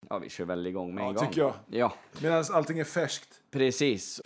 Ja, vi kör väl igång med en gång. Tycker jag. Ja. Medan allting är färskt. Precis.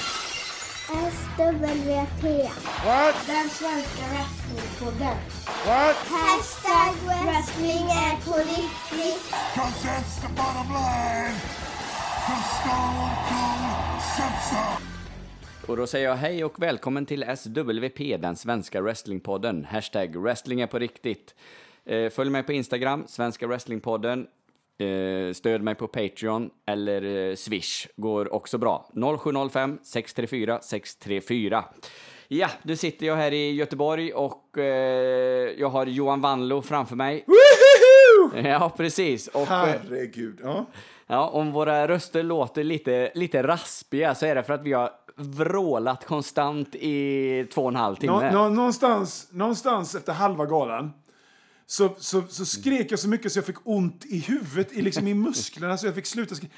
SWT. What? Den svenska wrestlingpodden. What? Hashtag wrestling är på riktigt. Cause that's the bottom line. The Stone Cold Simpson. Och då säger jag hej och välkommen till SWT, den svenska wrestlingpodden. Hashtag wrestling är på riktigt. Följ mig på Instagram, svenska wrestlingpodden. Stöd mig på Patreon eller Swish går också bra. 0705 634 634. Ja, nu sitter jag här i Göteborg och jag har Johan Vanlo framför mig. Woohoo! Ja, precis. Och, Herregud, ja. ja, om våra röster låter lite raspiga så är det för att vi har vrålat konstant i 2,5 timmar. Någonstans efter halva galan så skrek jag så mycket så jag fick ont i huvudet, i musklerna, så jag fick sluta skrika.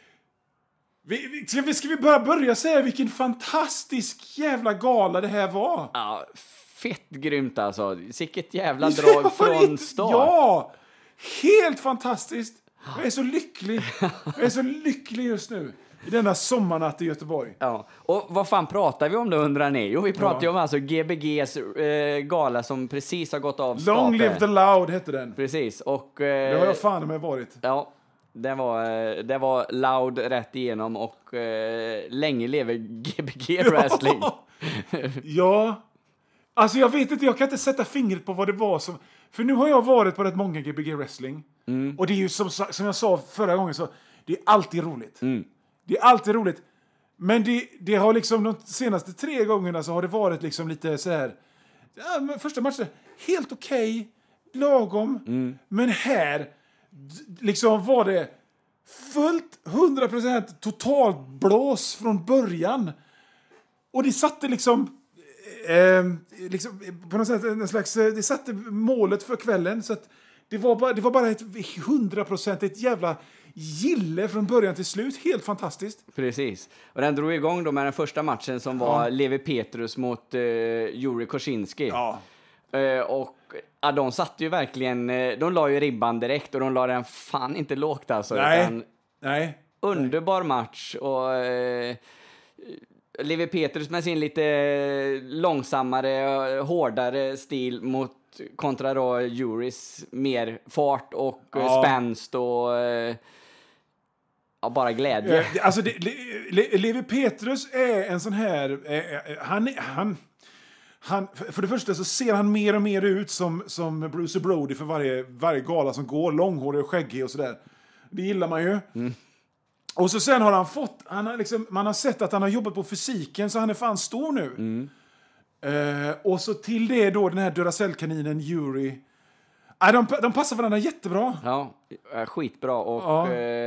Ska vi börja säga vilken fantastisk jävla gala det här var? Ja, fett grymt alltså. Sicket jävla drag från start. Ja, helt fantastiskt. Jag är så lycklig. Jag är så lycklig just nu. I denna sommarnatt i Göteborg. Ja, och vad fan pratar vi om då, undrar ni? Jo, vi pratar ju om alltså GBGs gala som precis har gått av stapeln. Long Live the Loud hette den. Precis, och... det har jag fan med varit. Ja, det var loud rätt igenom och länge lever GBG Wrestling. Ja, alltså jag vet inte, jag kan inte sätta fingret på vad det var som... För nu har jag varit på rätt många GBG Wrestling. Och det är ju som jag sa förra gången, så det är alltid roligt. Det är alltid roligt. Men det har liksom de senaste 3 gångerna så har det varit liksom lite så här. Ja, men första matchen helt okej, lagom. Men här liksom var det fullt 100% totalblås från början. Och det satte liksom på något sätt en slags, det satte målet för kvällen, så att det var bara ett 100% ett jävla gille från början till slut. Helt fantastiskt. Precis. Och den drog igång då med den första matchen som var Levi Petrus mot Yuri Kosinski. Ja. Och ja, de satte ju verkligen, de la ju ribban direkt och de la den fan inte lågt alltså. Nej. Underbar match och Levi Petrus med sin lite långsammare, hårdare stil kontra då Juris mer fart och spänst och bara glädje. Alltså Levi Petrus är en sån här han för det första så ser han mer och mer ut som Bruce Brody för varje gala som går, långhårig och skäggig och sådär. Det gillar man ju. Och så sen har man har sett att han har jobbat på fysiken, så han är fan stor nu. Och så till det då den här Duracell-kaninen Yuri. De passar varandra jättebra. Ja, skitbra. Och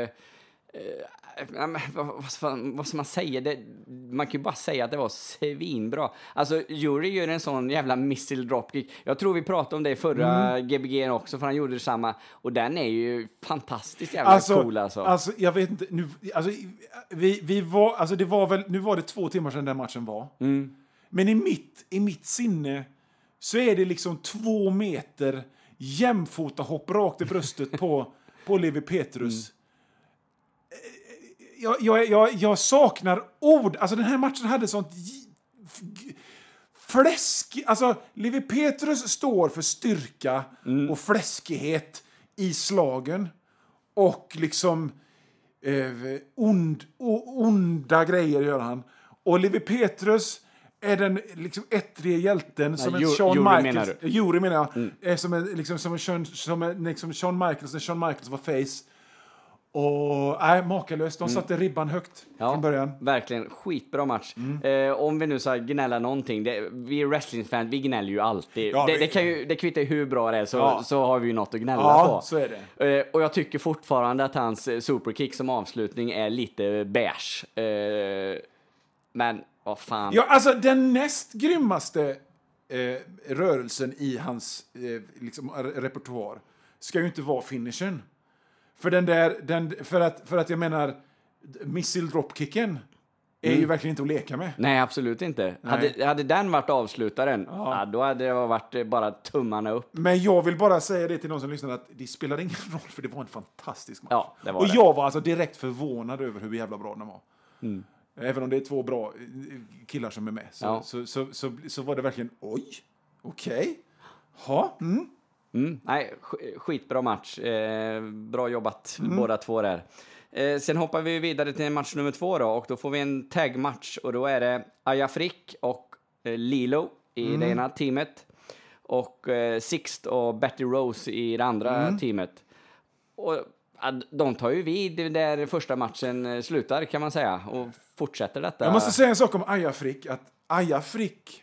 vad ska man säga? Man kan ju bara säga att det var svinbra. Alltså, Yuri gör en sån jävla missile dropkick. Jag tror vi pratade om det i förra GBG också, för han gjorde detsamma. Och den är ju fantastiskt jävla cool alltså. Alltså, jag vet inte. Nu, alltså, vi var, alltså det var väl, nu var det 2 timmar sedan den matchen var. Men i mitt sinne så är det liksom 2 meter jämfota hopp rakt i bröstet på Levi Petrus. Jag saknar ord. Alltså den här matchen hade sånt fläsk. Alltså Levi Petrus står för styrka och fläskighet i slagen. Och liksom onda grejer gör han. Och Levi Petrus är den liksom ettriga hjälten som en Shawn Michaels. Yuri menar jag. Är som en Shawn Michaels när Shawn Michaels var face. Och makalöst. De satte ribban högt från början. Verkligen, skitbra match. Om vi nu ska gnälla någonting, vi är wrestlingfans, vi gnäller ju alltid. Ja, det kvittar ju hur bra det är, så har vi ju något att gnälla på. Ja, så är det. Och jag tycker fortfarande att hans superkick som avslutning är lite beige. Men vad fan. Ja, alltså den näst grymmaste rörelsen i hans repertoar ska ju inte vara finishen. För för att jag menar missile dropkicken är ju verkligen inte att leka med. Nej, absolut inte. Hade den varit avslutaren, då hade det varit bara tummarna upp. Men jag vill bara säga det till någon som lyssnar att det spelar ingen roll, för det var en fantastisk match. Ja, det var och det. jag var alltså direkt förvånad över hur jävla bra den var. Även om det är 2 bra killar som är med. Så var det verkligen, okej. Nej, skitbra match. Bra jobbat båda två där. Sen hoppar vi vidare till match nummer 2 då, och då får vi en tag-match, och då är det Aya Frick och Lilo i det ena teamet och Sixt och Betty Rose i det andra teamet. Och de tar ju vid där första matchen slutar, kan man säga, och fortsätter detta. Jag måste säga en sak om Aya Frick, att Aya Frick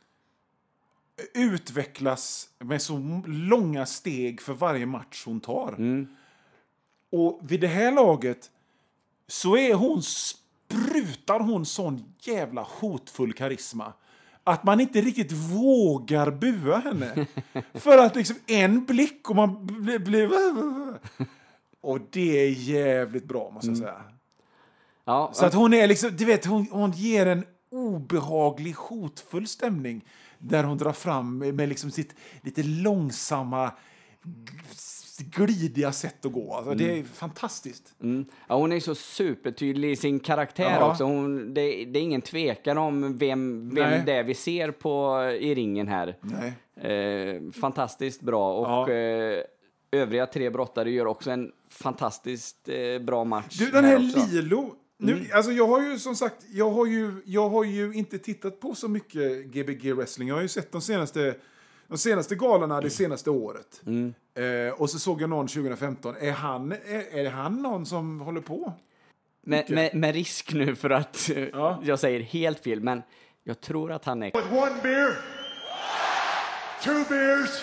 utvecklas med så långa steg för varje match hon tar. Och vid det här laget så sprutar hon sån jävla hotfull karisma att man inte riktigt vågar bua henne. För att liksom en blick och man blir... Och det är jävligt bra, måste jag säga. Ja, så att hon är liksom, du vet, hon ger en obehaglig, hotfull stämning där hon drar fram med liksom sitt lite långsamma, glidiga sätt att gå. Alltså, det är fantastiskt. Ja, hon är så supertydlig i sin karaktär också. Det är ingen tvekan om vem det är vi ser på i ringen här. Fantastiskt bra. Och övriga 3 brottare gör också en fantastiskt bra match. Du, den här Lilo... Nu, alltså jag har ju som sagt, jag har ju inte tittat på så mycket GBG wrestling. Jag har ju sett de senaste galorna det senaste året. Och så såg jag någon 2015. Är han någon som håller på? Med risk nu för att jag säger helt fel, men jag tror att han är... With 1 beer, 2 beers.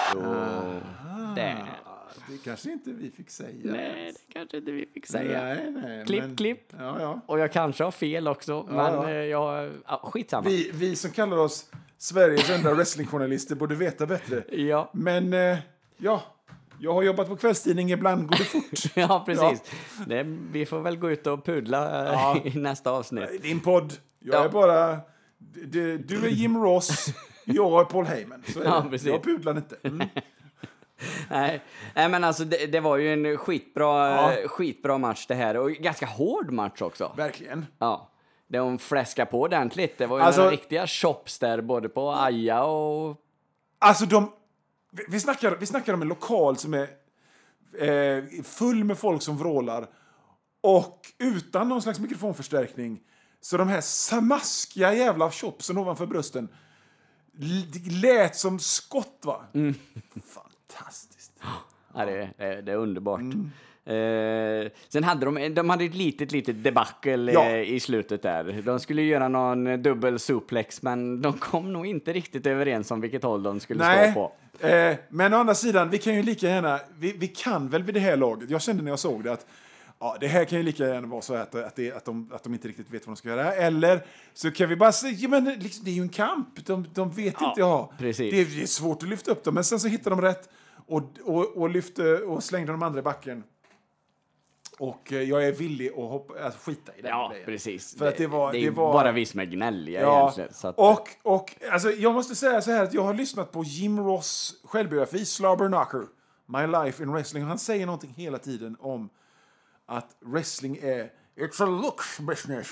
Det kanske inte vi fick säga. Nej, det kanske inte vi fick säga. Nej, klipp. Ja. Och jag kanske har fel också, men skitsamma. Vi som kallar oss Sveriges enda wrestlingjournalister borde veta bättre. Ja. Men jag har jobbat på kvällstidning, ibland går det fort. Ja, precis. Vi får väl gå ut och pudla i nästa avsnitt. Din podd. Jag är bara... Du är Jim Ross, jag är Paul Heyman. Så är det. Precis. Jag pudlar inte. Nej, men alltså det var ju en skitbra match det här. Och ganska hård match också. Verkligen. Ja, de fläskar på ordentligt. Det var ju några riktiga chops där, både på Aya och... Alltså vi snackar om en lokal som är full med folk som vrålar. Och utan någon slags mikrofonförstärkning. Så de här smaskiga jävla chopsen ovanför brösten lät som skott, va? Fantastiskt. Ja, det är underbart. Sen hade de hade ett litet debacle i slutet där. De skulle göra någon dubbel suplex, men de kom nog inte riktigt överens om vilket håll de skulle stå på. Men å andra sidan, vi kan ju lika gärna, vi kan väl vid det här laget, jag kände när jag såg det att det här kan ju lika gärna vara så att de inte riktigt vet vad de ska göra. Eller så kan vi bara säga, men liksom, det är ju en kamp. De vet inte. Precis. Det är svårt att lyfta upp dem. Men sen så hittar de rätt och lyfte och slängde de andra i backen. Och jag är villig att skita i den grejen. Precis. För att det var bara vi som är gnälliga egentligen. Så att... Och alltså, jag måste säga så här att jag har lyssnat på Jim Ross självbiografi, Slobberknocker, My Life in Wrestling. Han säger någonting hela tiden om att wrestling it's a looks business.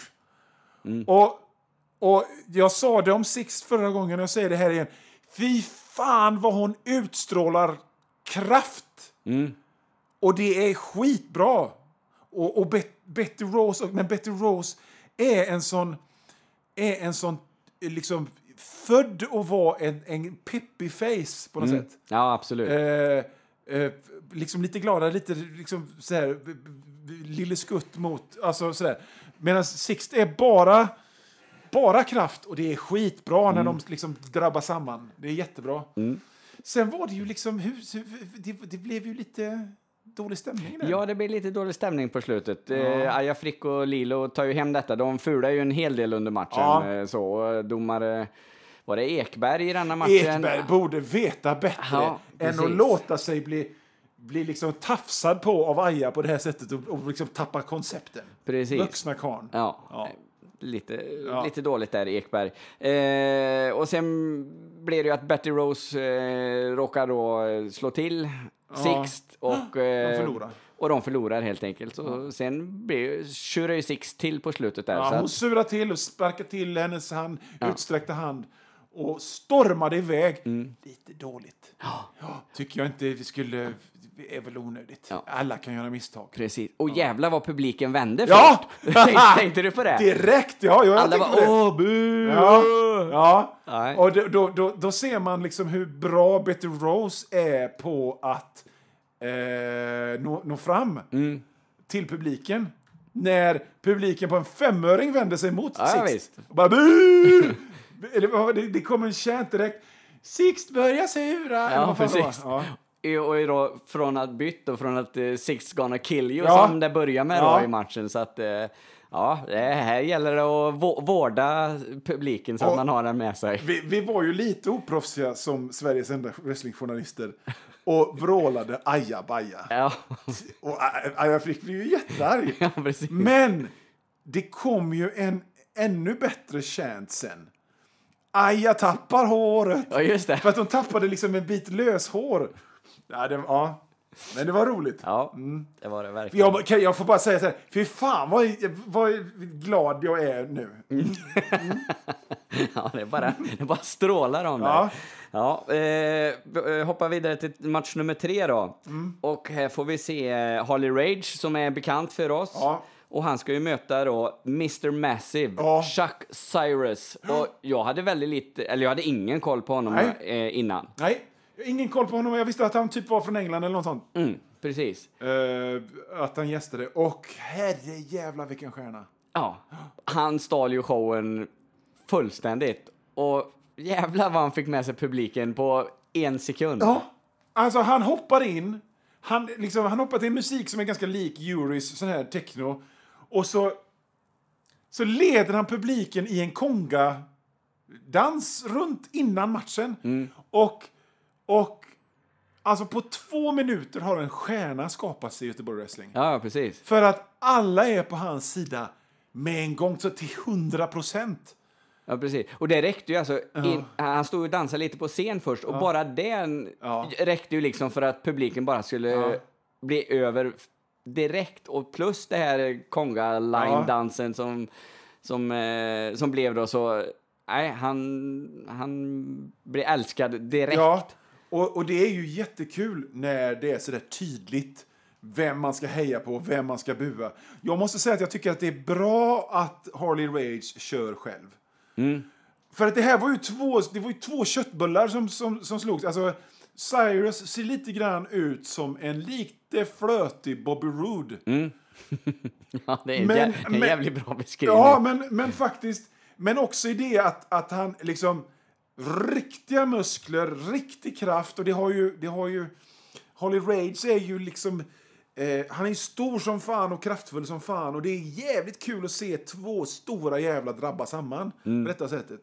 Och jag sa det om Sixt förra gången och jag säger det här igen. Fy fan vad hon utstrålar kraft. Och det är skitbra. Och Betty Rose, men Betty Rose är en sån liksom född att vara en peppy face på något sätt. Ja, absolut. Liksom lite glada, lite liksom så här lille skutt mot, alltså sådär. Medan Sixt är bara kraft och det är skitbra när de liksom drabbar samman. Det är jättebra. Sen var det ju liksom det blev ju lite dålig stämning där. Ja, det blir lite dålig stämning på slutet. Aya Frick och Lilo tar ju hem detta. De fular ju en hel del under matchen. Så domare... Var det Ekberg i denna matchen? Ekberg borde veta bättre än att låta sig bli liksom tafsad på av Aya på det här sättet och liksom tappa koncepten. Precis. Vuxna karn. Ja. lite dåligt där, Ekberg. Och sen blir det ju att Betty Rose råkar då slå till Sixt och de förlorar helt enkelt. Så sen tjurar ju Sixt till på slutet där. Ja, så hon surar till och sparkar till hennes utsträckta hand och stormade iväg. Lite dåligt. Tycker jag inte vi skulle... Det är väl onödigt. Ja. Alla kan göra misstag. Precis. Och jävla vad publiken vände först. Tänkte du på det? Direkt, ja. Jag alla var bu! Ja. Och då ser man liksom hur bra Betty Rose är på att nå fram till publiken. När publiken på en 5-öring vänder sig mot Sixt. Bara bu! Det kommer en chant direkt. Sixt börjar sura. Ja, precis. Och då från att byta från att Sixt gonna kill you som det börjar med då i matchen. Så att det här gäller det att vårda publiken så att man har den med sig. Vi var ju lite oproffsiga som Sveriges enda wrestlingjournalister och vrålade aja baja. Ja. Och Aja Frick blev ju jättearg. Ja, precis. Men det kom ju en ännu bättre chant sen. Aja tappar håret. Ja, just det. För att de tappade liksom en bit löshår. Men det var roligt. Ja, det var det verkligen. Jag får bara säga så här. Fy fan vad glad jag är nu. Ja, det bara strålar om det. Ja, hoppa vidare till match nummer 3 då. Och här får vi se Harley Rage som är bekant för oss. Ja. Och han ska ju möta då Mr. Massive, Chuck Cyrus. Och jag hade ingen koll på honom innan. Nej. Ingen koll på honom. Jag visste att han typ var från England eller något sånt. Precis. Att han gästade. Och herre jävla vilken stjärna. Ja, han stal ju showen fullständigt. Och jävlar vad han fick med sig publiken på 1 sekund. Ja, alltså han hoppar in. Han hoppar till musik som är ganska lik Juris, sån här techno. Och så leder han publiken i en konga-dans runt innan matchen. Och alltså på 2 minuter har en stjärna skapats i Göteborg Wrestling. Ja, precis. För att alla är på hans sida med en gång, så till 100%. Ja, precis. Och det räckte ju alltså. Han stod och dansade lite på scen först. Och bara den räckte ju liksom för att publiken bara skulle bli över direkt. Och plus det här konga-line-dansen som blev då så... Nej, han blir älskad direkt. Ja, och det är ju jättekul när det är så där tydligt vem man ska heja på, vem man ska bua. Jag måste säga att jag tycker att det är bra att Harley Rage kör själv. För att det här var ju två köttbullar som slogs. Alltså, Cyrus ser lite grann ut som en lite flötig Bobby Roode. Ja, det är en jävligt bra beskrivning. Ja, men faktiskt... Men också i det att han liksom riktiga muskler, riktig kraft, och det har ju Harley Rage är ju liksom han är stor som fan och kraftfull som fan, och det är jävligt kul att se 2 stora jävla drabba samman på detta sättet.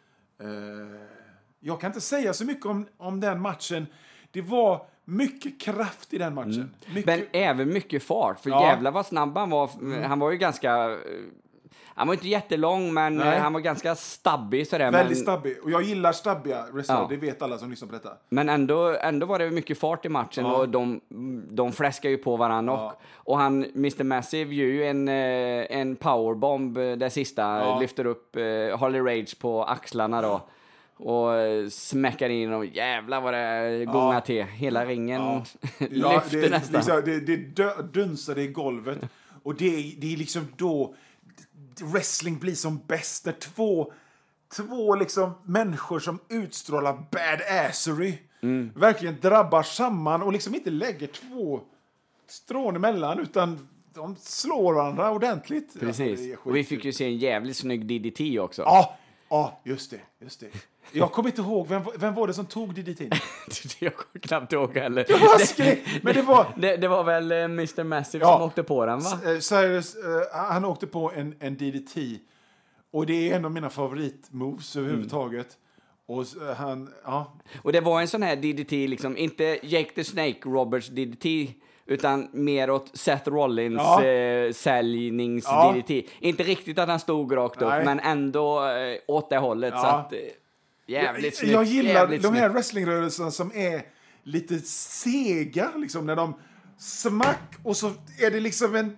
Jag kan inte säga så mycket om den matchen. Det var mycket kraft i den matchen. Men även mycket fart, för jävlar vad snabb han var. Han var ju ganska... Han var inte jättelång, men han var ganska stabbig. Väldigt stabbig. Och jag gillar stabbiga wrestlare, det vet alla som lyssnar på detta. Men ändå var det mycket fart i matchen, och de fläskar ju på varandra. Och han, Mr. Massive, gör ju en powerbomb det sista, lyfter upp Harley Rage på axlarna då. Och smäckar in, och jävlar vad det gungar till. Hela ringen lyfter nästan. Det dunsade i golvet. Och det är liksom då... wrestling blir som bäst när två liksom människor som utstrålar badassery verkligen drabbar samman och liksom inte lägger 2 strån emellan, utan de slår varandra ordentligt. Precis. Alltså, och vi fick ju se en jävligt snygg DDT också. Ja, just det. Jag kommer inte ihåg, vem var det som tog DDT? Jag kommer knappt ihåg heller. Men det var väl Mr. Massive som åkte på den, va? Cyrus, han åkte på en DDT. Och det är en av mina favoritmoves överhuvudtaget. Och han, Och det var en sån här DDT, liksom, inte Jake the Snake Roberts DDT, utan mer åt Seth Rollins säljnings-DDT. Inte riktigt att han stod rakt upp, men ändå åt det hållet. Så att, jävligt snyggt. Jag gillar de här wrestlingrörelserna som är lite sega, liksom, när de smack och så är det liksom en...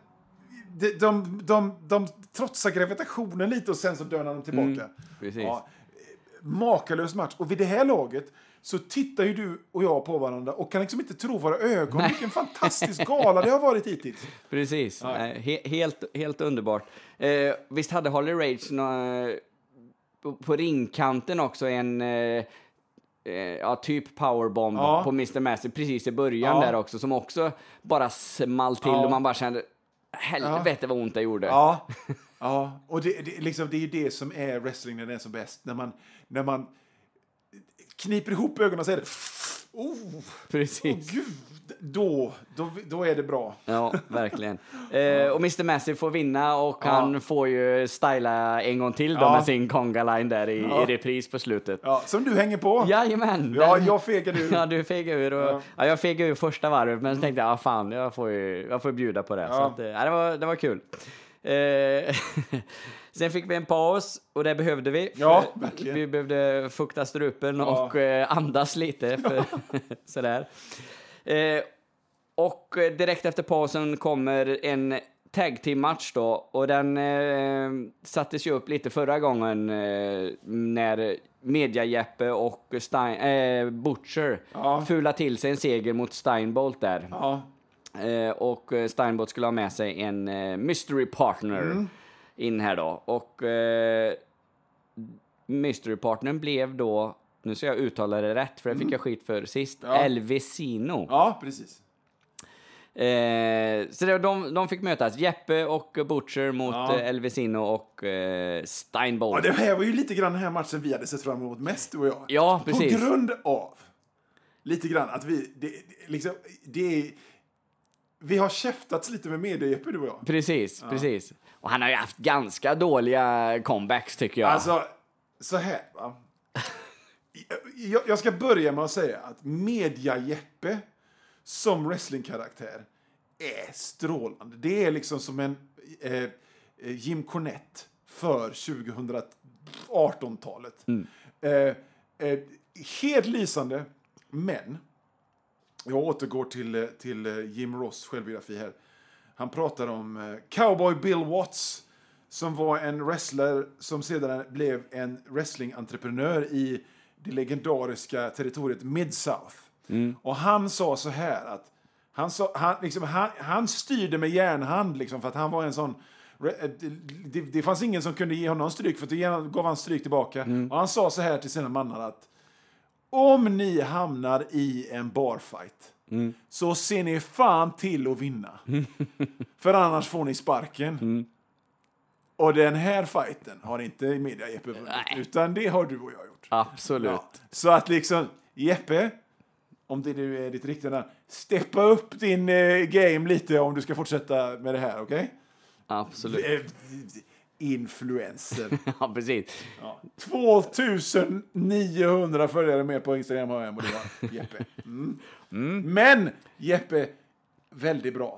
De trotsar gravitationen lite och sen så dönar de tillbaka. Precis. Ja, makalös match. Och vid det här laget så tittar ju du och jag på varandra och kan liksom inte tro våra ögon. Vilken fantastisk gala det har varit hittills. Precis. Helt underbart. Visst hade Harley Rage på ringkanten också en typ powerbomb på Mr. Massive precis i början där också, som också bara small till och man bara kände helvete vad ont det gjorde. Ja, och det är ju det som är wrestling när det är som bäst. När man kniper ihop ögonen och säger precis. Gud, då är det bra. Ja, verkligen. Och Mr. Massive får vinna och han får ju styla en gång till då med sin conga line där i repris på slutet. Ja, som du hänger på. Jajamän. Ja, jag fegar ur. Ja, du fegar ur. Och, jag fegar ur första varvet, men så tänkte jag, fan, jag får bjuda på det. Ja. Så att, det var kul. Sen fick vi en paus och det behövde vi. Ja, verkligen. Vi behövde fukta strupen och andas lite. Sådär. Och direkt efter pausen kommer en tag team match då, och den sattes ju upp lite förra gången när Media-Jeppe och Butcher fulade till sig en seger mot Steinbolt där. Ja. Och Steinbolt skulle ha med sig en mystery partner in här då. Och mystery partnern blev då, nu ska jag uttala det rätt för det fick jag skit för sist, El Vecino. Ja, precis. Så de fick mötas, Jeppe och Butcher mot El Vecino och Steinbolt. Ja, det här var ju lite grann den här matchen vi hade sett fram emot mest, du och jag. Ja, precis. På grund av lite grann att vi har käftats lite med Media-Jeppe, du och jag. Precis. Och han har ju haft ganska dåliga comebacks, tycker jag. Alltså, så här, va? Jag ska börja med att säga att Media-Jeppe som wrestlingkaraktär är strålande. Det är liksom som en Jim Cornette för 2018-talet. Helt lysande, men jag återgår till Jim Ross självbiografi här. Han pratar om Cowboy Bill Watts som var en wrestler som sedan blev en wrestlingentreprenör i det legendariska territoriet Mid-South. Och han sa så här att han styrde med järnhand liksom, för att han var en sån det fanns ingen som kunde ge honom stryk, för att gav han stryk tillbaka. Och han sa så här till sina mannar att om ni hamnar i en barfight så ser ni fan till att vinna. För annars får ni sparken. Och den här fighten har inte Media-Jeppe vunnit, utan det har du och jag gjort. Absolut. Ja. Så att liksom, Jeppe, om det nu är ditt riktiga namn, steppa upp din game lite om du ska fortsätta med det här, okej? Absolut. Influencer. Ja, precis. Ja. 2900 följare mer på Instagram har jag än vad det var, Jeppe. Men Jeppe, väldigt bra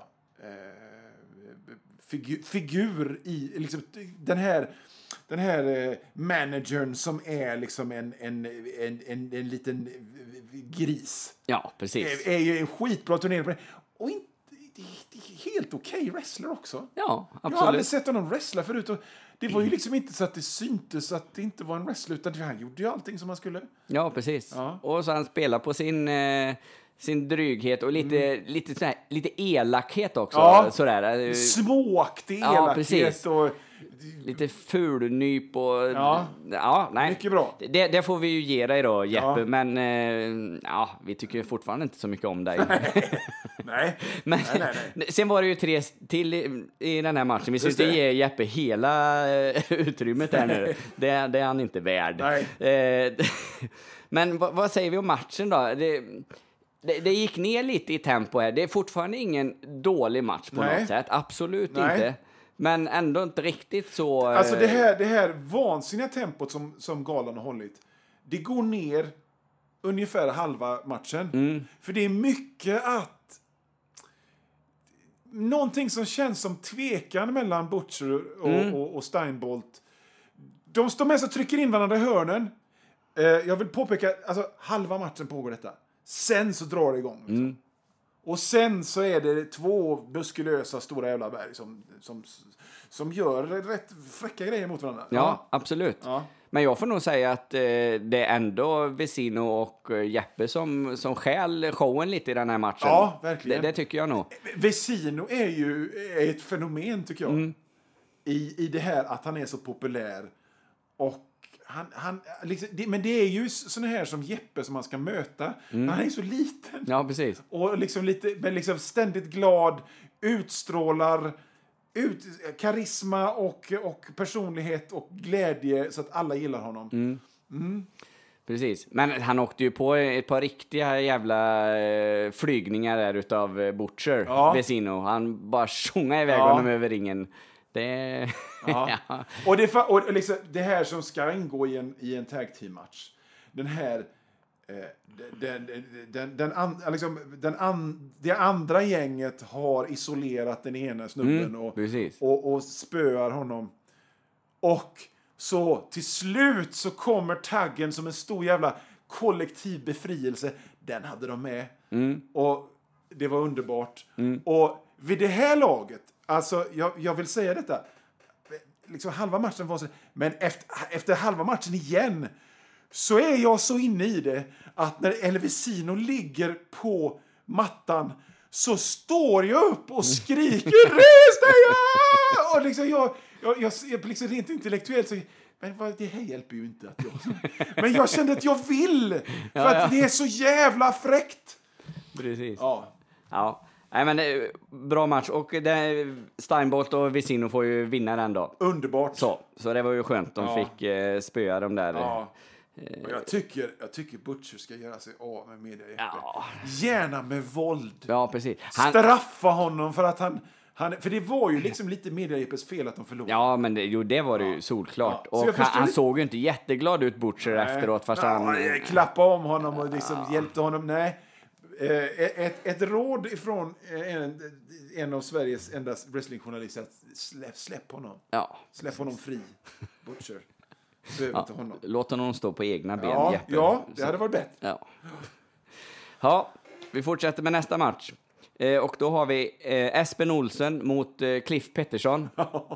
figur i liksom, den här managern som är liksom en liten gris. Ja, precis. Är ju en skitbra turnering på det. Och inte helt okej wrestler också. Ja, absolut. Jag har aldrig sett honom wrestla förut. Och det var ju liksom inte så att det syntes att det inte var en wrestler, utan han gjorde ju allting som han skulle. Ja, precis. Ja. Och så han spelar på sin dryghet och lite elakhet också. Ja. Sådär. Småaktig elakhet. Ja, och lite fulnyp och... Ja, nej. Mycket bra. Det får vi ju ge dig då, Jeppe. Ja. Men vi tycker fortfarande inte så mycket om dig. Nej. Men sen var det ju 3 till i den här matchen. Vi ska inte ge Jeppe hela utrymmet där nu. Det är han inte värd. Men vad säger vi om matchen då? Det gick ner lite i tempo här. Det är fortfarande ingen dålig match på något sätt. Absolut inte. Men ändå inte riktigt så... Alltså det här vansinniga tempot som galan har hållit, det går ner ungefär halva matchen. För det är mycket att någonting som känns som tvekan mellan Butcher och Steinbolt. De står med och trycker in varandra i hörnen. Jag vill påpeka, alltså halva matchen pågår detta. Sen så drar det igång. Liksom. Och sen så är det 2 muskulösa stora jävla berg som gör rätt fräcka grejer mot varandra. Ja, absolut. Ja. Men jag får nog säga att det är ändå Vesino och Jeppe som stjäl showen lite i den här matchen. Ja, verkligen. Det tycker jag nog. Vesino är ju ett fenomen, tycker jag. I det här att han är så populär. Och han liksom, men det är ju såna här som Jeppe som man ska möta. Han är så liten. Ja, precis. Och liksom men liksom ständigt glad, utstrålar karisma och personlighet och glädje så att alla gillar honom. Precis. Men han åkte ju på ett par riktiga jävla flygningar där utav Butcher, Vesino. Han bara tjongade iväg honom över ringen. Det... Ja. Och liksom, det här som ska ingå i en tag team match. Den här det andra gänget har isolerat den ena snubben och spöar honom. Och så till slut så kommer taggen som en stor jävla kollektiv befrielse. Den hade de med. Och det var underbart. Och vid det här laget, alltså jag vill säga detta, liksom halva matchen var så, men efter halva matchen igen så är jag så inne i det att när El Vesino ligger på mattan så står jag upp och skriker res dig! Och liksom jag liksom rent intellektuellt så, men det här hjälper ju inte att men jag kände att jag vill för att det är så jävla fräckt. Precis. Ja. Nej, men bra match. Och Steinbolt och Vesino får ju vinna den då. Underbart. Så det var ju skönt. De fick spöa dem där. Ja. Och jag tycker Butcher ska göra sig av med Media Jeppe. Gärna med våld. Ja, precis. Straffa honom för att han för det var ju liksom lite Media Jeppes fel att de förlorade. Ja, men det var det ju solklart. Och han såg ju inte jätteglad ut, Butcher, efteråt. Fast han klappade om honom och liksom hjälpte honom. Nej. Ett råd ifrån en av Sveriges enda wrestlingjournalister att släpp honom. Ja. Släpp honom fri, Butcher. Honom. Låt honom stå på egna ben, Jeppe. Ja, det hade varit bättre. Ja, vi fortsätter med nästa match. Och då har vi Espen Olsen mot Cliff Pettersson.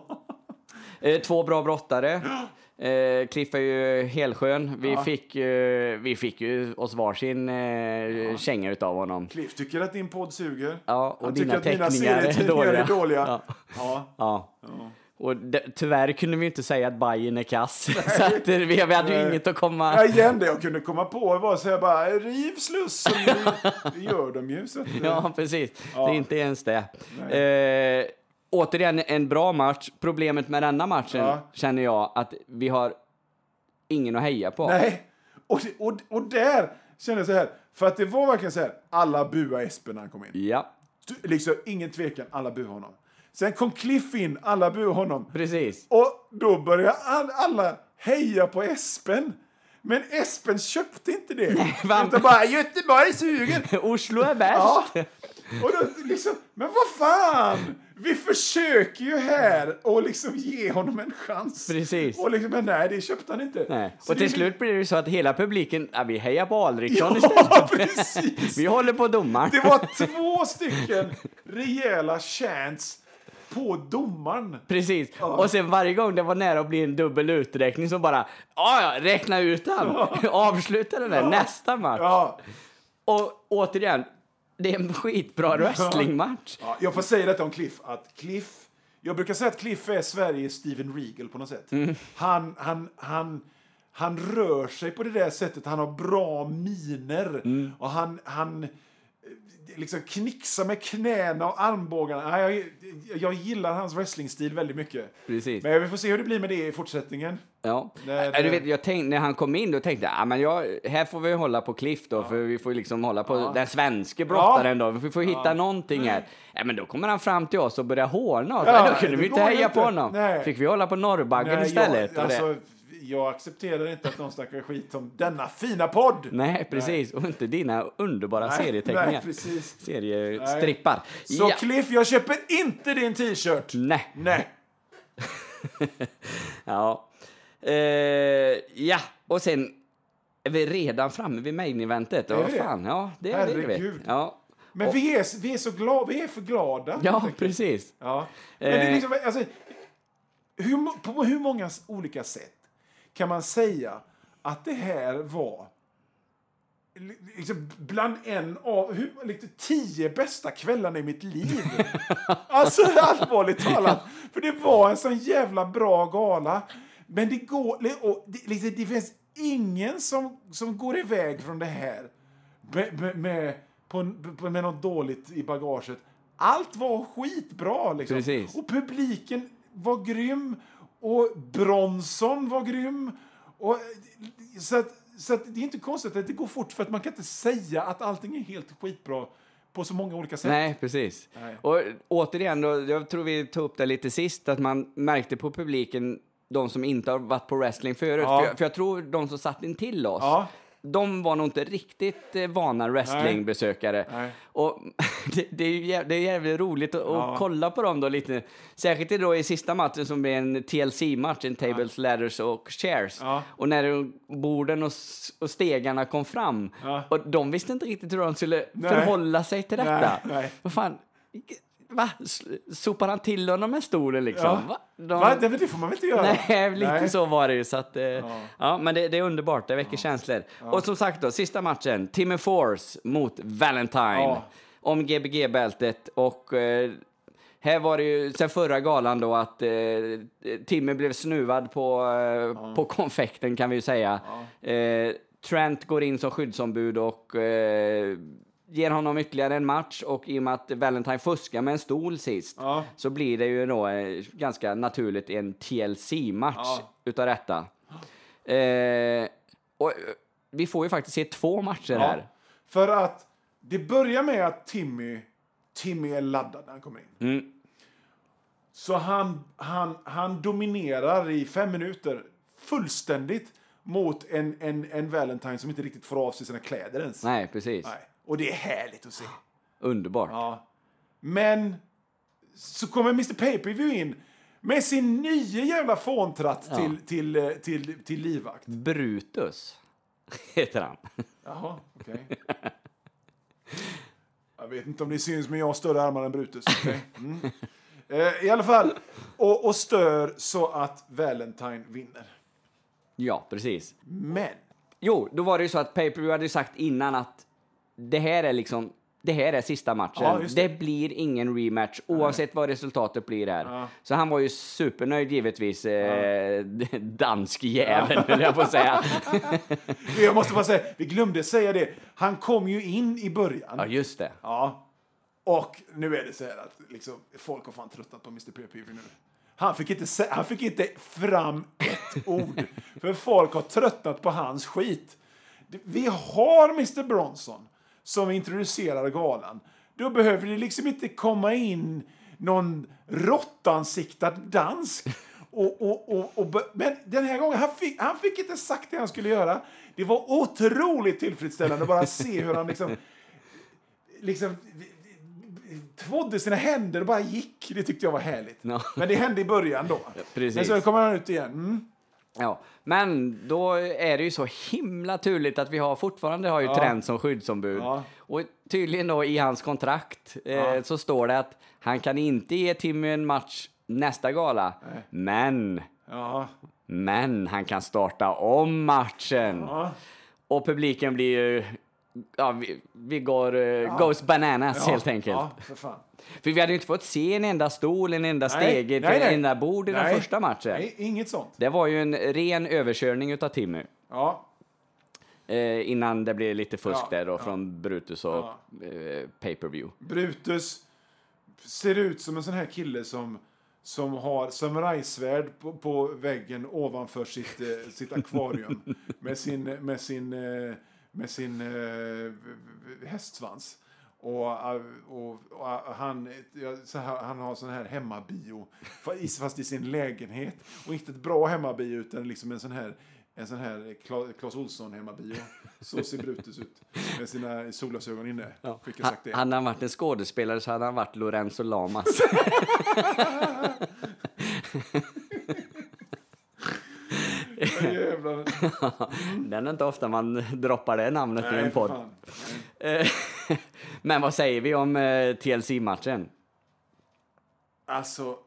2 bra brottare. Cliff är ju helskön. Vi fick ju oss varsin känga utav honom. Cliff tycker att din podd suger. Ja, och han dina teckningar är dåliga. Ja. Och tyvärr kunde vi inte säga att Bayern är kass. Så att vi hade ju inget att komma... Ja, igen det jag kunde komma på var så jag bara, riv slussen. Det gör de ju. Så att, ja, precis. Det är inte ens det. Återigen en bra match. Problemet med denna matchen känner jag att vi har ingen att heja på. Nej, och där känner jag så här. För att det var verkligen så här, alla buade Espen när han kom in. Ja. Liksom ingen tvekan, alla buade honom. Sen kom Cliff in, alla buade honom. Precis. Och då började alla heja på Espen. Men Espen köpte inte det. Utan bara, Göteborg suger. Oslo är bäst. Ja. Och då liksom, men vad fan? Vi försöker ju här och liksom ge honom en chans. Precis. Och liksom, men nej, det köpte han inte. Nej. Och till slut blir det ju så att hela publiken, vi hejar på Alriksson istället. Precis. Vi håller på domaren. Det var 2 stycken rejäla chants på domaren. Precis. Och sen varje gång det var nära att bli en dubbel uträkning så bara, räkna ut han. Avsluta den där nästa match. Ja. Och återigen, det är en skitbra wrestlingmatch. Ja, jag får säga detta om Cliff. Jag brukar säga att Cliff är Sveriges Steven Regal på något sätt. Han rör sig på det där sättet. Han har bra miner. Och han liksom knixar med knäna och armbågarna. Jag gillar hans wrestlingstil väldigt mycket. Precis. Men vi får se hur det blir med det i fortsättningen. Ja. Du vet, jag tänkte, när han kom in då tänkte jag, här får vi hålla på Cliff då, för vi får liksom hålla på den svenska brottaren då. Vi får hitta någonting här. Men då kommer han fram till oss och börjar håna oss. Då kunde vi inte heja på honom. Nej. Fick vi hålla på Norrbaggen istället. jag accepterar inte att någon snackar skit om denna fina podd. Nej, precis. Och inte dina underbara serieteckningar. Nej, precis. Seriestrippar. Så Cliff, jag köper inte din t-shirt. Nej. Ja. Ja, och sen är vi redan framme vid main-eventet. Är vi det? Fan, ja, det är det. Herregud. Ja. Men vi är så glada, vi är för glada. Ja, precis. Ja. Men det är liksom, alltså, på hur många olika sätt kan man säga att det här var liksom bland en av 10 bästa kvällarna i mitt liv? Alltså allvarligt talat. För det var en sån jävla bra gala. Men det går, och det finns ingen som går iväg från det här med något dåligt i bagaget. Allt var skitbra liksom. Precis. Och publiken var grym. Och Bronson var grym. Och, så att det är inte konstigt att det går fort, för att man kan inte säga att allting är helt skitbra på så många olika sätt. Nej, precis. Nej. Och återigen, då, jag tror vi tog upp det lite sist, att man märkte på publiken, de som inte har varit på wrestling förut. Ja. För jag tror de som satt in till oss, Ja. de var nog inte riktigt vana wrestlingbesökare. Nej. Och det är jävligt roligt att kolla på dem då lite. Särskilt då i sista matchen som blir en TLC-match, en Tables, Ladders och Chairs. Ja. Och när borden och stegarna kom fram. Ja. Och de visste inte riktigt hur de skulle förhålla sig till detta. Nej. Vad fan... Va? Sopar han till honom med stolen liksom? Ja. Va? Det får man väl inte göra? Nej, lite Nej. så var det ju. Så att, ja, men det är underbart, det väcker känslor. Och som sagt då, sista matchen, Timmy Force mot Valentine. Ja. Om GBG-bältet. Och här var det ju sen förra galan då att Timmy blev snuvad på konfekten, kan vi ju säga. Trent går in som skyddsombud och ger honom ytterligare en match, och i och med att Valentine fuskar med en stol sist så blir det ju då ganska naturligt en TLC-match utav detta. Och vi får ju faktiskt se 2 matcher här. För att det börjar med att Timmy är laddad när han kommer in. Så han dominerar i 5 minuter fullständigt mot en Valentine som inte riktigt får av sig sina kläder ens. Nej, precis. Nej. Och det är härligt att se. Underbart. Ja. Men så kommer Mr. Pay-Per-View in med sin nya jävla fåntratt till livvakt. Brutus heter han. Jaha, okej. Jag vet inte om det syns, men jag har större armar än Brutus. Okay? I alla fall. Och stör så att Valentine vinner. Ja, precis. Men. Jo, då var det ju så att Pay-Per-View hade sagt innan att det här är sista matchen. Ja, just det. Det blir ingen rematch oavsett vad resultatet blir här. Ja. Så han var ju supernöjd givetvis. Dansk jävel, vill jag få säga. Jag måste bara säga, vi glömde säga det. Han kom ju in i början. Ja, just det. Ja. Och nu är det så här att liksom, folk har fan tröttnat på Mr. Pay-Per-View nu. Han fick inte fram ett ord. För folk har tröttnat på hans skit. Vi har Mr. Bronson som introducerar galan. Då behöver det liksom inte komma in någon råttansiktad dansk. Men den här gången, han fick inte sagt det han skulle göra. Det var otroligt tillfredsställande att bara se hur han liksom tvådde sina händer och bara gick. Det tyckte jag var härligt. No. Men det hände i början då. Precis. Men så kommer han ut igen. Ja, men då är det ju så himla turligt att vi fortfarande har ju Trent som skyddsombud. Ja. Och tydligen då i hans kontrakt så står det att han kan inte ge Timmy en match nästa gala. Nej. Men han kan starta om matchen. Ja. Och publiken blir ju... Ja, vi goes bananas helt enkelt. Ja, för fan. För vi hade ju inte fått se en enda stol, en enda steg, en enda bord i den första matchen. Nej, inget sånt. Det var ju en ren överkörning utav Timmy. Ja. Innan det blev lite fusk där då från Brutus och Pay-Per-View. Brutus ser ut som en sån här kille som har samurajsvärd på väggen ovanför sitt akvarium med sin hästsvans. Och han har sån här hemmabio fast i sin lägenhet. Och inte ett bra hemmabio utan liksom en sån här Clas Ohlson hemmabio. Så ser Brutus ut. Med sina solglasögon inne. Ja. Hade han varit en skådespelare så hade han varit Lorenzo Lamas. Den är inte ofta man droppar det namnet i en podd. Men vad säger vi om TLC-matchen? Alltså...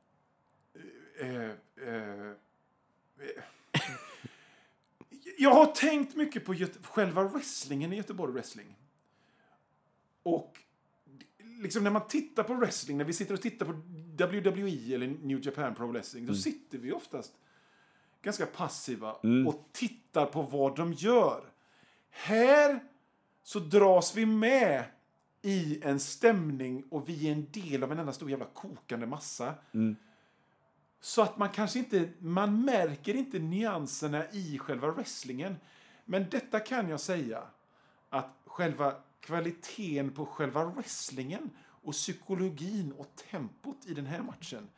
jag har tänkt mycket på själva wrestlingen i Göteborg Wrestling. Och liksom när man tittar på wrestling, när vi sitter och tittar på WWE eller New Japan Pro Wrestling, då sitter vi oftast ganska passiva och tittar på vad de gör. Här så dras vi med i en stämning och vi är en del av en enda stor jävla kokande massa. Så att man märker inte nyanserna i själva wrestlingen. Men detta kan jag säga, att själva kvaliteten på själva wrestlingen och psykologin och tempot i den här matchen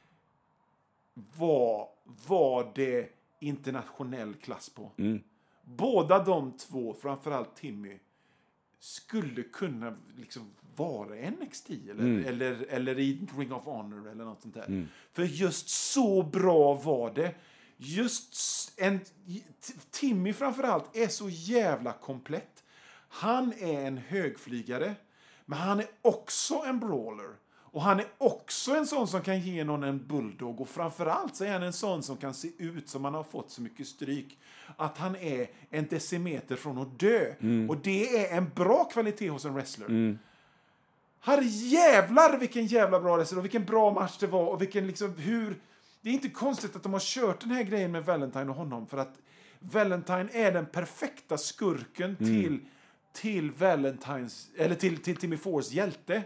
var det internationell klass på. Båda de två, framförallt Timmy, skulle kunna liksom vara NXT eller i Ring of Honor eller något sånt där. För just så bra var det. Timmy framförallt är så jävla komplett. Han är en högflygare, men han är också en brawler. Och han är också en sån som kan ge någon en bulldog. Och framförallt så är han en sån som kan se ut som han har fått så mycket stryk att han är en decimeter från att dö. Och det är en bra kvalitet hos en wrestler. Herre jävlar vilken jävla bra wrestler och vilken bra match det var. Och vilken liksom det är inte konstigt att de har kört den här grejen med Valentine och honom. För att Valentine är den perfekta skurken till Valentines, eller till Timmy Force hjälte.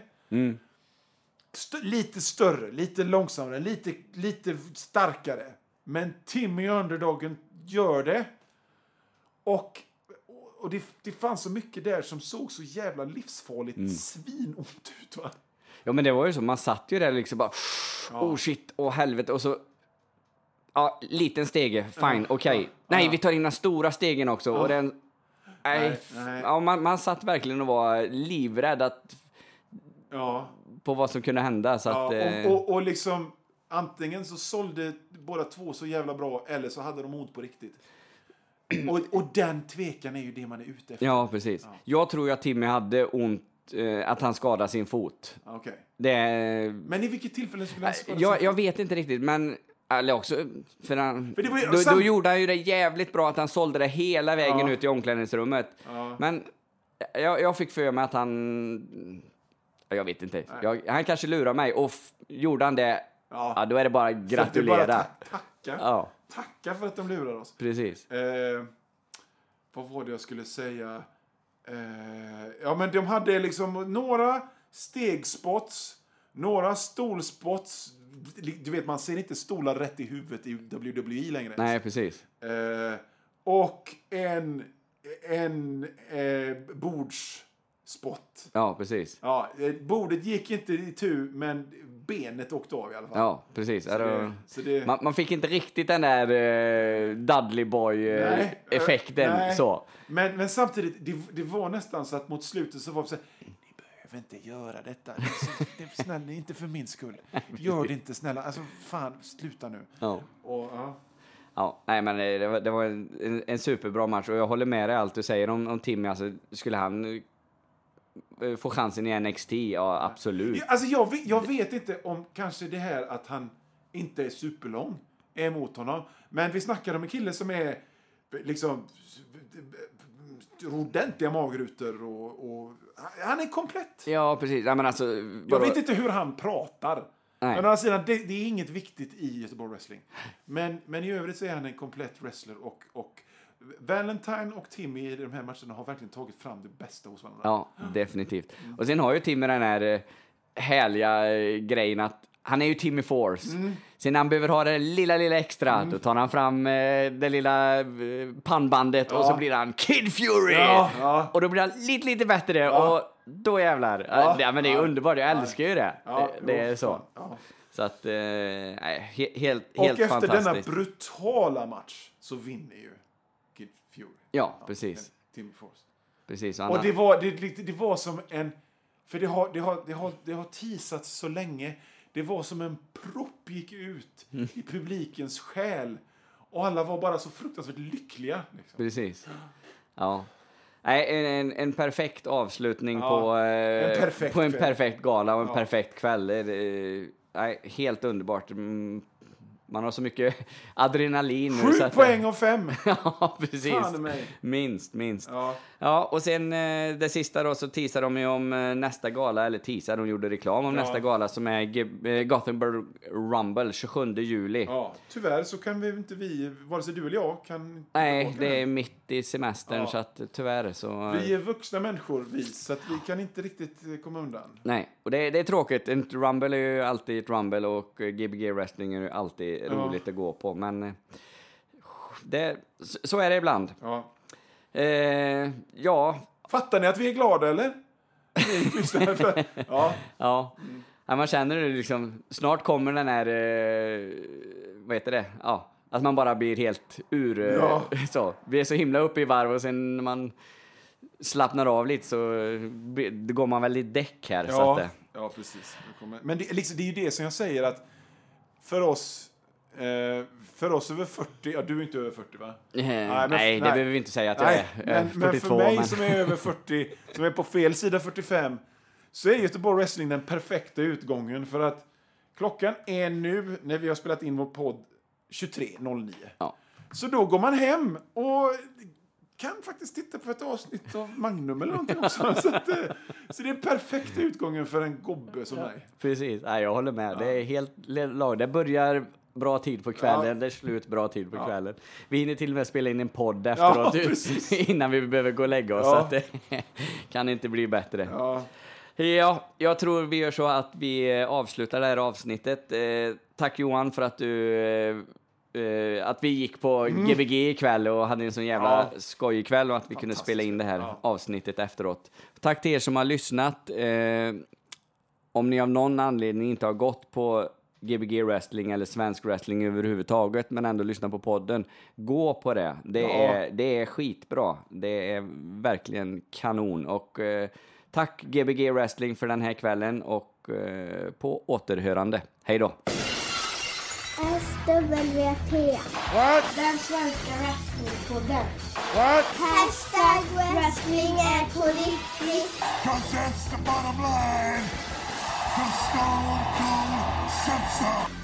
Lite större, lite långsammare, lite starkare. Men Timmy Underdogen gör det. Och det fanns så mycket där som såg så jävla livsfarligt svinont ut, va? Ja, men det var ju så. Man satt ju där liksom bara... Oh shit, helvete. Och så... Ja, liten stege, fine, okej. Nej, vi tar in den stora stegen också. Och den... Nej. Ja, man satt verkligen och var livrädd att... på vad som kunde hända. Så att, och liksom antingen så sålde båda två så jävla bra eller så hade de ont på riktigt. Och den tvekan är ju det man är ute efter. Ja, precis. Ja. Jag tror ju att Timmy hade ont, att han skadade sin fot. Okay. Men i vilket tillfälle skulle han skada sin fot? Jag vet inte riktigt, men... Eller också, då gjorde han ju det jävligt bra att han sålde det hela vägen ut i omklädningsrummet. Men jag fick för mig att han... Jag vet inte. Han kanske lurar mig. Och gjorde han det, då är det bara att gratulera. Det är bara tacka för att de lurar oss. Precis. Vad var det jag skulle säga? Men de hade liksom några stegspots, några stolspots. Du vet, man ser inte stolar rätt i huvudet i WWE längre. Nej, precis. Och en bordsspot. Ja, precis. Ja, bordet gick inte i tur, men benet åkte av i alla fall. Ja, precis. Man fick inte riktigt den där Dudley Boy-effekten. Så. Men samtidigt, det var nästan så att mot slutet så var det så här, ni behöver inte göra detta. Snälla, inte för min skull. Gör det inte, snälla. Alltså, fan, sluta nu. Ja, nej, men det var en superbra match. Och jag håller med dig allt du säger om Timmy. Alltså, skulle han få chansen i NXT? Ja, absolut. Alltså, jag vet inte om kanske det här att han inte är superlång är emot honom. Men vi snackar om en kille som är liksom ordentliga magrutor och han är komplett. Ja, precis. Ja, men alltså, jag vet inte hur han pratar. Nej. Men alltså, det är inget viktigt i Göteborg Wrestling. Men i övrigt så är han en komplett wrestler och Valentine och Timmy i de här matcherna har verkligen tagit fram det bästa hos varandra. Ja, definitivt. Och sen har ju Timmy den här härliga grejen att han är ju Timmy Force. Sen när han behöver ha det lilla extra, då tar han fram det lilla pannbandet och så blir han Kid Fury. Och då blir han lite bättre. Och då jävlar. Ja, men det är underbart, jag älskar ju det. Det är så. Ja. Så att, helt och efter fantastiskt. denna brutala match så vinner ju Kid Fury. Ja, precis. Timmy Force. Precis. Och det var som en... För det har teasats så länge. Det var som en propp gick ut i publikens själ. Och alla var bara så fruktansvärt lyckliga. Liksom. Precis. Ja. Nej, en perfekt avslutning på en perfekt gala och en perfekt kväll. Helt underbart. Man har så mycket adrenalin nu. 7 poäng av 5. Ja, precis. Minst. Ja, och sen det sista då så teasar de ju om nästa gala, eller de gjorde reklam om nästa gala som är Gothenburg Rumble 27 juli. Ja, tyvärr så kan vare sig du eller jag kan... Nej, det är mitt i semestern så att tyvärr så... Vi är vuxna människor, så att vi kan inte riktigt komma undan. Nej, och det är tråkigt. En Rumble är ju alltid ett Rumble och Gbg Wrestling är ju alltid roligt att gå på, men så är det ibland. Ja. Fattar ni att vi är glada, eller? Ja, man känner det liksom, snart kommer den här, vad heter det? Ja, att man bara blir helt så. Vi är så himla uppe i varv och sen när man slappnar av lite så går man väl i däck här. Ja, så att ja precis. Men det är ju det som jag säger, att för oss över 40, du är inte över 40 va? Nej, det behöver vi inte säga att jag är 42. Men för mig som är över 40, som är på fel sida 45, så är Göteborg Wrestling den perfekta utgången, för att klockan är nu, när vi har spelat in vår podd, 23.09. Ja. Så då går man hem och kan faktiskt titta på ett avsnitt av Magnum eller någonting också. Så det är perfekta utgången för en gobbe som mig. Precis, jag håller med. Det är helt lag. Det börjar bra tid på kvällen, det är slut bra tid på kvällen. Vi hinner till och med spela in en podd efteråt innan vi behöver gå och lägga oss. Så att det kan inte bli bättre. Ja, jag tror vi gör så att vi avslutar det här avsnittet. Tack Johan för att du... att vi gick på Gbg ikväll och hade en sån jävla skoj kväll och att vi kunde spela in det här avsnittet efteråt. Tack till er som har lyssnat. Om ni av någon anledning inte har gått på Gbg Wrestling eller svensk wrestling överhuvudtaget men ändå lyssna på podden, gå på det. Det är skitbra. Det är verkligen kanon. Och tack Gbg Wrestling för den här kvällen och på återhörande. Hej då! SWT. What? Den svenska wrestlingpodden. What? Hashtag wrestling är på riktigt. 'Cause that's the bottom line. 'Cause Stone Cold said so.